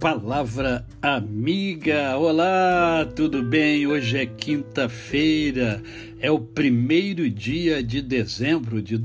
Palavra amiga, olá, tudo bem? Hoje é quinta-feira, é o primeiro dia de dezembro de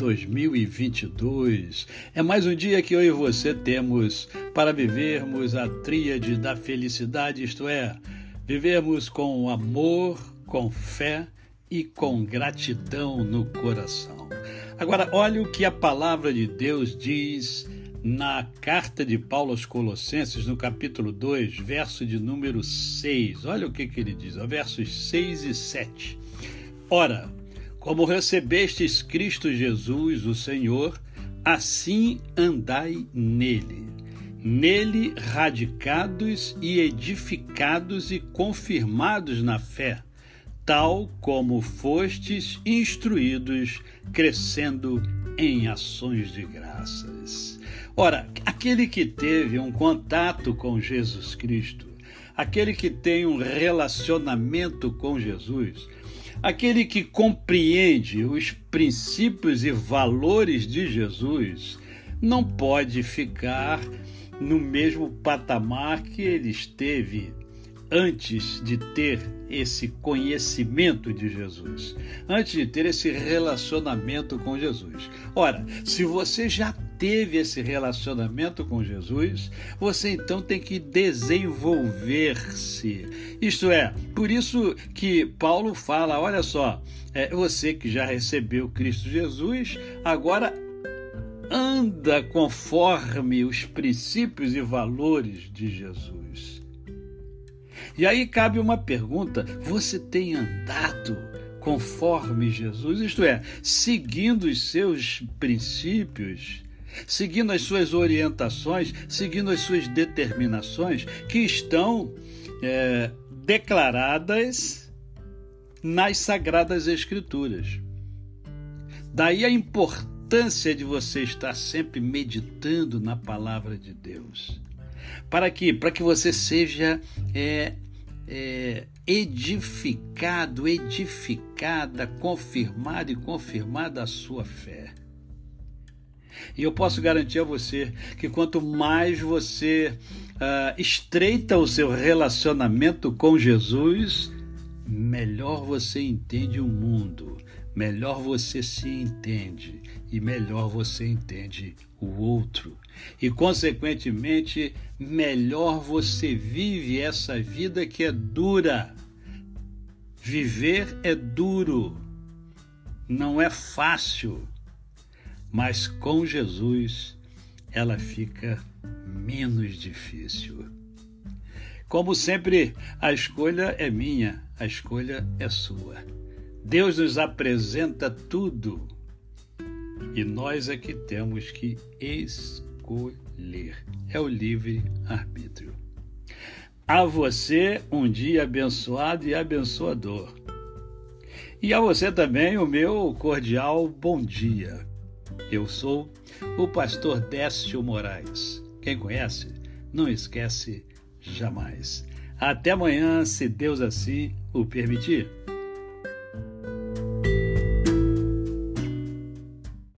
2022. É mais um dia que eu e você temos para vivermos a tríade da felicidade, isto é, vivermos com amor, com fé e com gratidão no coração. Agora, olha o que a palavra de Deus diz na carta de Paulo aos Colossenses, no capítulo 2, verso de número 6. Olha o que ele diz, versos 6 e 7. Ora, como recebestes Cristo Jesus, o Senhor, assim andai nele. Nele radicados e edificados e confirmados na fé, tal como fostes instruídos, crescendo em ações de graças. Ora, aquele que teve um contato com Jesus Cristo, aquele que tem um relacionamento com Jesus, aquele que compreende os princípios e valores de Jesus, não pode ficar no mesmo patamar que ele esteve antes de ter esse conhecimento de Jesus, antes de ter esse relacionamento com Jesus. Ora, se você já teve esse relacionamento com Jesus, você então tem que desenvolver-se. Isto é, por isso que Paulo fala, olha só, você que já recebeu Cristo Jesus, agora anda conforme os princípios e valores de Jesus. E aí cabe uma pergunta: você tem andado conforme Jesus? Isto é, seguindo os seus princípios, seguindo as suas orientações, seguindo as suas determinações que estão declaradas nas Sagradas Escrituras. Daí a importância de você estar sempre meditando na palavra de Deus. Para quê? Para que você seja edificado, edificada, confirmado e confirmada a sua fé. E eu posso garantir a você que quanto mais você estreita o seu relacionamento com Jesus, melhor você entende o mundo, melhor você se entende e melhor você entende o outro. E, consequentemente, melhor você vive essa vida que é dura. Viver é duro, não é fácil, mas com Jesus ela fica menos difícil. Como sempre, a escolha é minha, a escolha é sua. Deus nos apresenta tudo e nós é que temos que escolher. É o livre-arbítrio. A você um dia abençoado e abençoador. E a você também o meu cordial bom dia. Eu sou o pastor Décio Moraes. Quem conhece, não esquece jamais. Até amanhã, se Deus assim o permitir.